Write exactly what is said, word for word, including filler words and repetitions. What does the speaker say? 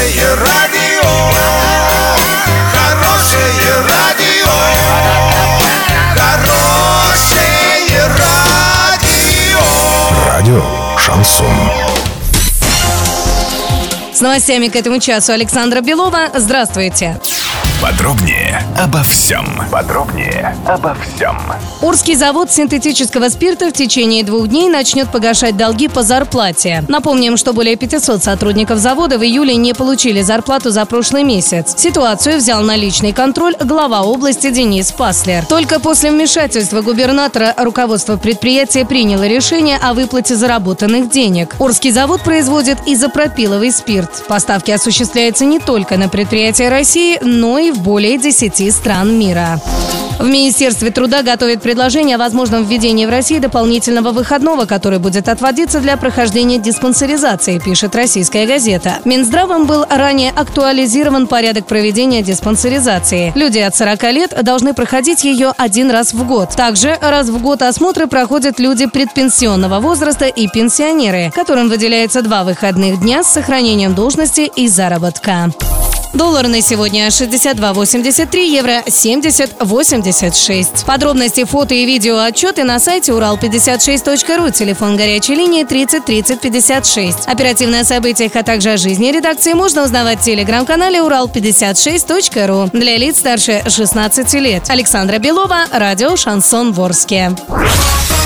Хорошее радио, хорошее радио, хорошее радио. Радио Шансон. С новостями к этому часу Александра Белова. Здравствуйте. Подробнее обо всем. Подробнее обо всем. Орский завод синтетического спирта в течение двух дней начнет погашать долги по зарплате. Напомним, что более пятисот сотрудников завода в июле не получили зарплату за прошлый месяц. Ситуацию взял на личный контроль глава области Денис Паслер. Только после вмешательства губернатора руководство предприятия приняло решение о выплате заработанных денег. Орский завод производит изопропиловый спирт. Поставки осуществляются не только на предприятия России, но и в более десяти стран мира. В Министерстве труда готовят предложение о возможном введении в России дополнительного выходного, который будет отводиться для прохождения диспансеризации, пишет «Российская газета». Минздравом был ранее актуализирован порядок проведения диспансеризации. Люди от сорока лет должны проходить ее один раз в год. Также раз в год осмотры проходят люди предпенсионного возраста и пенсионеры, которым выделяется два выходных дня с сохранением должности и заработка. Доллар на сегодня шестьдесят два восемьдесят три, евро семьдесят восемьдесят шесть. Подробности, фото и видео отчеты на сайте урал пятьдесят шесть точка ру, телефон горячей линии тридцать тридцать пятьдесят шесть. Оперативно о событиях, а также о жизни редакции можно узнавать в телеграм-канале урал пятьдесят шесть точка ру для лиц старше шестнадцати лет. Александра Белова, радио «Шансон Ворске».